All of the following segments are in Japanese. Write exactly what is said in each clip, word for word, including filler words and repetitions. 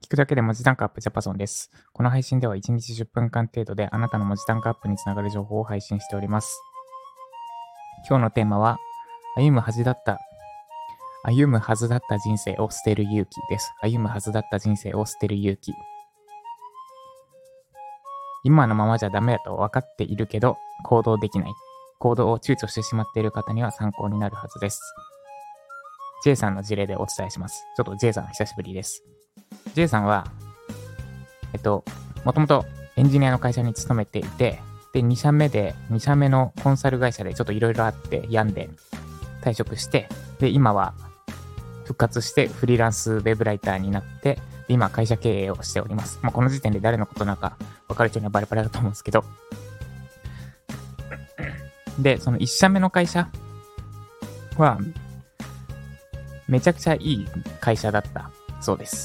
聞くだけで文字タンクアップジャパソンです。この配信ではいちにちじゅっぷんかん程度であなたの文字タンクアップにつながる情報を配信しております。今日のテーマは、歩むはずだった、歩むはずだった人生を捨てる勇気です。歩むはずだった人生を捨てる勇気。今のままじゃダメだと分かっているけど、行動できない。行動を躊躇してしまっている方には参考になるはずです。J さんの事例でお伝えします。ちょっと J さん久しぶりです。J さんは、えっと、もともとエンジニアの会社に勤めていて、で、に社目で、に社目のコンサル会社でちょっといろいろあって病んで退職して、で、今は復活してフリーランスウェブライターになって、で今会社経営をしております。まあ、この時点で誰のことなのか分かる人にはバレバレだと思うんですけど、で、そのいち社目の会社は、めちゃくちゃいい会社だったそうです。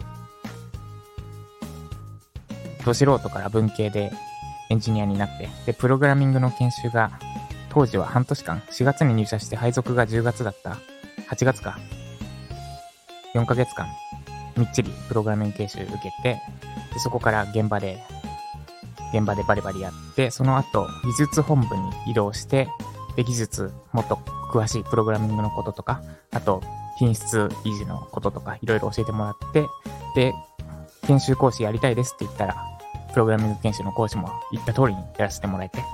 ど素人から文系でエンジニアになって、で、プログラミングの研修が当時は半年間、しがつに入社して配属がじゅうがつだった、はちがつか、よんかげつかん、みっちりプログラミング研修受けて、でそこから現場で、現場でバリバリやって、その後、技術本部に移動して、で、技術、もっと詳しいプログラミングのこととか、あと、品質維持のこととか、いろいろ教えてもらって、で、研修講師やりたいですって言ったら、プログラミング研修の講師も言った通りにやらせてもらえて。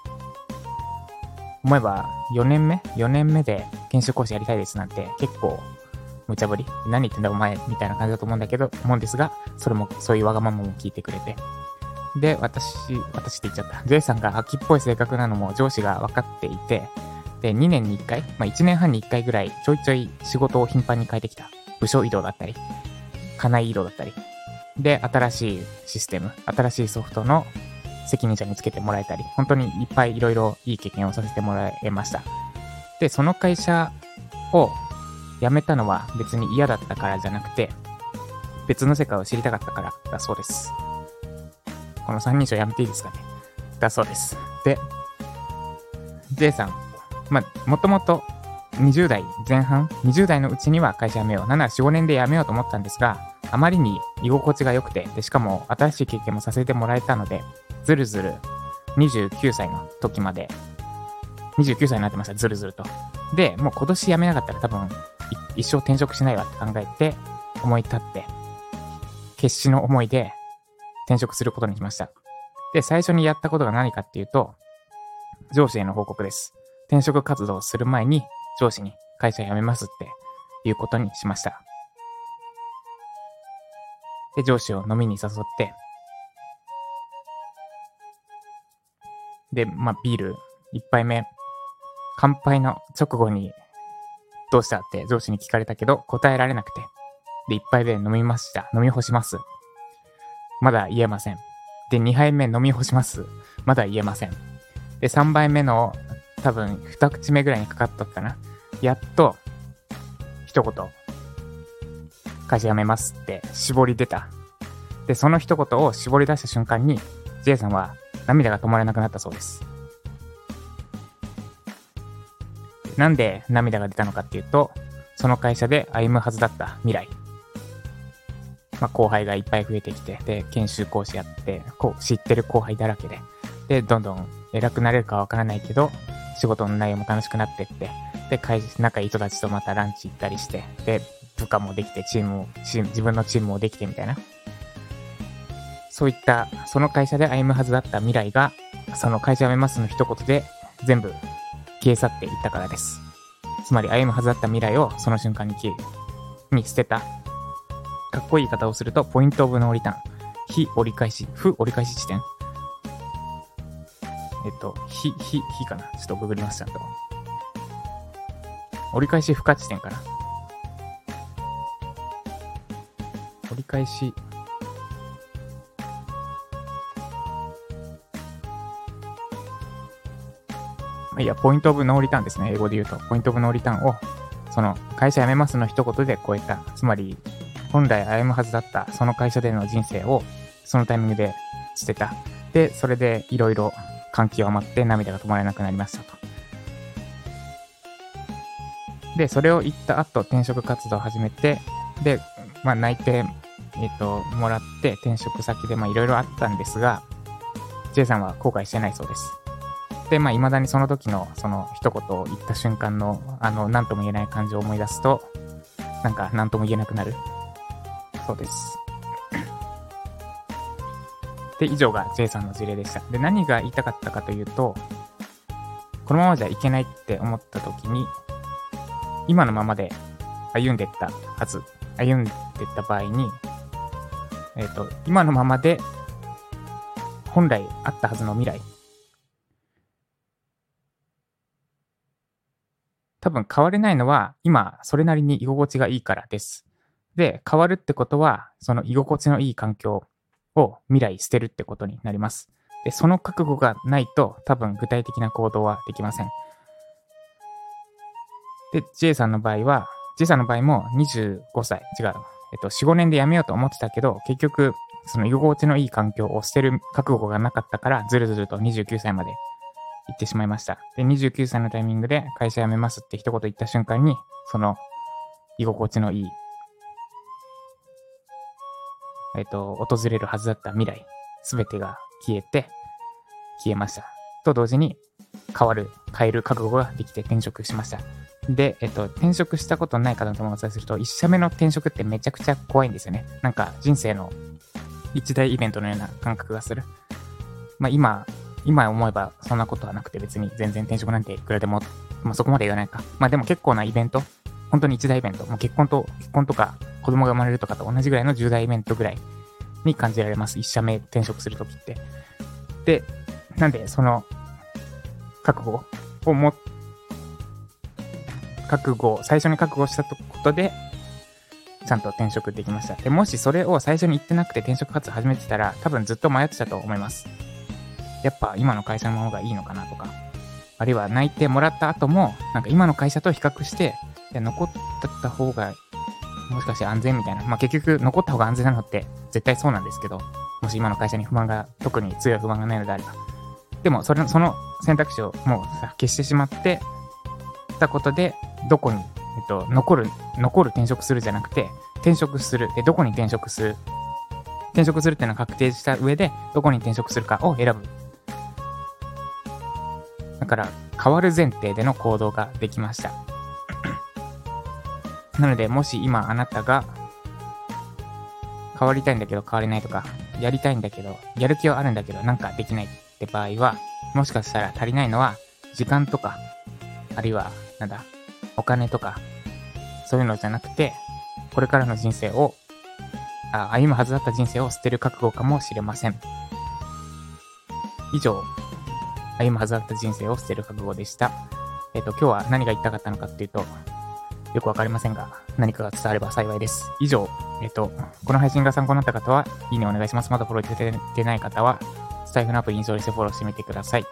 思えば、よねんめ ?よ 年目で研修講師やりたいですなんて結構無茶ぶり何言ってんだお前みたいな感じだと思うんだけど、思うんですが、それも、そういうわがままも聞いてくれて。で、私、私って言っちゃった。J さんが秋っぽい性格なのも上司が分かっていて、で、にねんにいっかい、まあいちねんはんにいっかいぐらいちょいちょい仕事を頻繁に変えてきた。部署移動だったり、課内移動だったり。で、新しいシステム、新しいソフトの責任者につけてもらえたり、本当にいっぱいいろいろいい経験をさせてもらいました。で、その会社を辞めたのは別に嫌だったからじゃなくて、別の世界を知りたかったからだそうです。この三人称やめていいですかね。だそうです。で、J さん、まあ、もともとにじゅう代前半、にじゅう代のうちには会社辞めよう。なんならよん、ごねんで辞めようと思ったんですが、あまりに居心地が良くて、でしかも新しい経験もさせてもらえたので、ずるずるにじゅうきゅうさいの時まで、にじゅうきゅうさいになってました、ずるずると。で、もう今年辞めなかったら多分一生転職しないわって考えて、思い立って、決死の思いで転職することにしました。で、最初にやったことが何かっていうと、上司への報告です。転職活動をする前に上司に会社辞めますっていうことにしました。で、上司を飲みに誘って、で、まあ、ビール一杯目、乾杯の直後に、どうしたって上司に聞かれたけど、答えられなくて。で、一杯目飲みました。飲み干します。まだ言えません。で、二杯目飲み干します。まだ言えません。で、三杯目の、多分、二口目ぐらいにかかったかな。やっと、一言、会社辞めますって絞り出た。で、その一言を絞り出した瞬間に、J さんは涙が止まらなくなったそうです。なんで涙が出たのかっていうと、その会社で歩むはずだった未来。まあ、後輩がいっぱい増えてきて、で、研修講師やって、こう、知ってる後輩だらけで、で、どんどん偉くなれるかわからないけど、仕事の内容も楽しくなってって、で、会社、仲いい人たちとまたランチ行ったりして、で、部下もできて、チームも、チーム、自分のチームもできてみたいな。そういった、その会社で歩むはずだった未来が、その会社辞めますの一言で、全部消え去っていったからです。つまり、歩むはずだった未来を、その瞬間に消え、に捨てた。かっこいい言い方をすると、ポイントオブノーリターン。非折り返し、不折り返し地点。えっと、非、非、非かな。ちょっとググります、ちゃんと。折り返し不可地点かな。折り返し、いや、ポイントオブノーリターンですね。英語で言うと。ポイントオブノーリターンを、その、会社辞めますの一言で超えた。つまり、本来歩むはずだった、その会社での人生を、そのタイミングで捨てた。で、それでいろいろ感極まって涙が止まらなくなりましたと。で、それを言った後、転職活動を始めて、で、まあ、内定えっと、もらって転職先でまあいろいろあったんですが、J さんは後悔してないそうです。で、まあ未だにその時のその一言を言った瞬間のあの何とも言えない感情を思い出すと、なんか何とも言えなくなる。そうです。で、以上が J さんの事例でした。で、何が言いたかったかというと、このままじゃいけないって思った時に、今のままで歩んでったはず、歩んでった場合に、えっと、今のままで本来あったはずの未来、多分変われないのは今それなりに居心地がいいからです。で、変わるってことはその居心地のいい環境を未来捨てるってことになります。で、その覚悟がないと多分具体的な行動はできません。で、J さんの場合は、J さんの場合もにじゅうごさい、違う、えっと、よん、ごねんで辞めようと思ってたけど、結局、その居心地のいい環境を捨てる覚悟がなかったから、ずるずるとにじゅうきゅうさいまで行ってしまいました。で、にじゅうきゅうさいのタイミングで会社辞めますって一言言った瞬間に、その居心地のいい、えっと、訪れるはずだった未来、すべてが消えて、消えました。と同時に、変わる、変える覚悟ができて転職しました。で、えっと、転職したことない方とお伝えすると、一社目の転職ってめちゃくちゃ怖いんですよね。なんか人生の一大イベントのような感覚がする。まあ今、今思えばそんなことはなくて別に全然転職なんていくらでも、まあそこまで言わないか。まあでも結構なイベント、本当に一大イベント、もう結婚と、結婚とか子供が生まれるとかと同じぐらいの重大イベントぐらいに感じられます。一社目転職するときって。で、なんでその覚悟をも、覚悟を、最初に覚悟したことで、ちゃんと転職できました。で、もしそれを最初に言ってなくて転職活動始めてたら、多分ずっと迷ってたと思います。やっぱ今の会社の方がいいのかなとか、あるいは内定もらった後も、なんか今の会社と比較して、いや残った方が、もしかして安全みたいな。まあ結局残った方が安全なのって絶対そうなんですけど、もし今の会社に不満が、特に強い不満がないのであれば。でも、それの、その選択肢をもうさ消してしまってたことで、どこに、えっと、残る、残る転職するじゃなくて、転職する。で、どこに転職する。転職するっていうのは確定した上で、どこに転職するかを選ぶ。だから、変わる前提での行動ができました。なので、もし今あなたが、変わりたいんだけど変われないとか、やりたいんだけど、やる気はあるんだけどなんかできないって場合は、もしかしたら足りないのは、時間とか、あるいは、なんだ、お金とか、そういうのじゃなくて、これからの人生を、あ歩むはずだった人生を捨てる覚悟かもしれません。以上、歩むはずだった人生を捨てる覚悟でした。えっと、今日は何が言いたかったのかっていうと、よくわかりませんが、何かが伝われば幸いです。以上、えっと、この配信が参考になった方は、いいねお願いします。まだフォローいただいてない方は、スタイフのアプリインストールしてフォローしてみてください。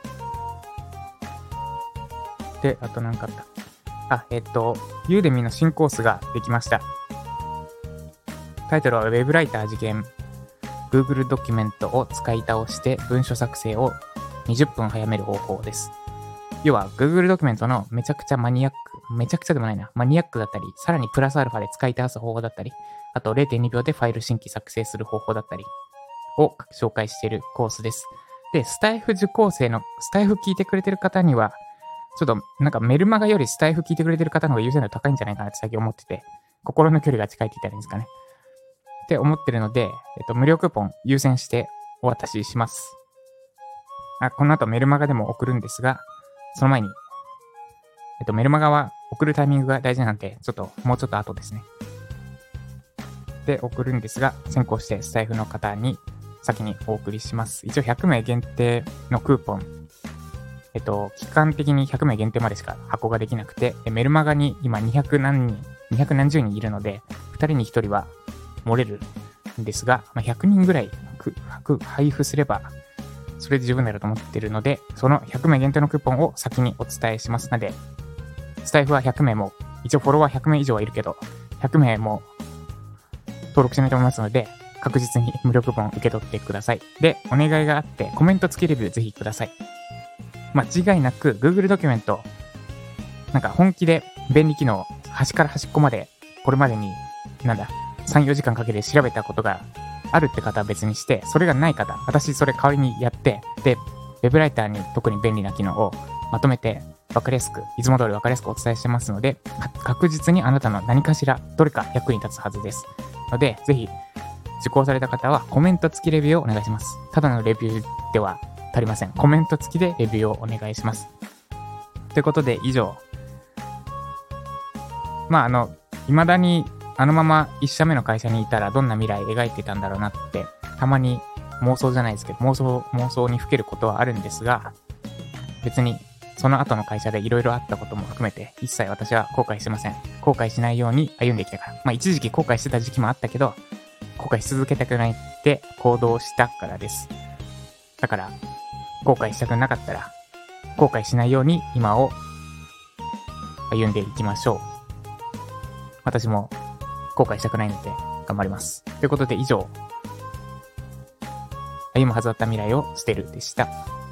で、あと何かあった。あ、えっと、ユーデミの新コースができました。タイトルは Web ライター事件。Google ドキュメントを使い倒して文書作成をにじゅっぷん早める方法です。要は Google ドキュメントのめちゃくちゃマニアック、めちゃくちゃでもないな、マニアックだったり、さらにプラスアルファで使い倒す方法だったり、あと れいてんにびょうでファイル新規作成する方法だったりを紹介しているコースです。で、スタイフ受講生の、スタイフ聞いてくれてる方には、ちょっとなんかメルマガよりスタイフ聞いてくれてる方の方が優先度高いんじゃないかなって最近思ってて、心の距離が近いって言ったらいいんですかね。って思ってるので、えっと、無料クーポン優先してお渡しします。あ、この後メルマガでも送るんですが、その前に、えっと、メルマガは送るタイミングが大事なんで、ちょっと、もうちょっと後ですね。で、送るんですが、先行してスタイフの方に先にお送りします。一応ひゃくめい限定のクーポン。えっと、期間的にひゃくめい限定までしか発行ができなくて、メルマガに今にひゃくなんにん、にひゃくなんじゅうにんいるので、ふたりにひとりは漏れるんですが、まあ、ひゃくにんぐらい配布すれば、それで十分だろうと思っているので、そのひゃくめい限定のクーポンを先にお伝えしますので、スタイフはひゃくめいも、一応フォロワーひゃくめい以上はいるけど、ひゃくめいも登録しないと思いますので、確実に無料クーポン受け取ってください。で、お願いがあって、コメント付きレビューぜひください。間違いなく Google ドキュメント、なんか本気で便利機能、端から端っこまで、これまでに、なんだ、 さん、よじかんかけて調べたことがあるって方は別にして、それがない方、私それ代わりにやって、で、ウェブライターに特に便利な機能をまとめて分かりやすく、いつも通り分かりやすくお伝えしてますので、確実にあなたの何かしら、どれか役に立つはずです。ので、ぜひ、受講された方はコメント付きレビューをお願いします。ただのレビューでは足りません。コメント付きでレビューをお願いします。ということで、以上。まあ、あの、未だにあのまま一社目の会社にいたらどんな未来描いてたんだろうなって、たまに妄想じゃないですけど、妄想、妄想にふけることはあるんですが、別にその後の会社でいろいろあったことも含めて、一切私は後悔してません。後悔しないように歩んできたから。まあ一時期後悔してた時期もあったけど、後悔し続けたくないって行動したからです。だから、後悔したくなかったら、後悔しないように今を歩んでいきましょう。私も後悔したくないので頑張ります。ということで以上、歩むはずだった未来を捨てるでした。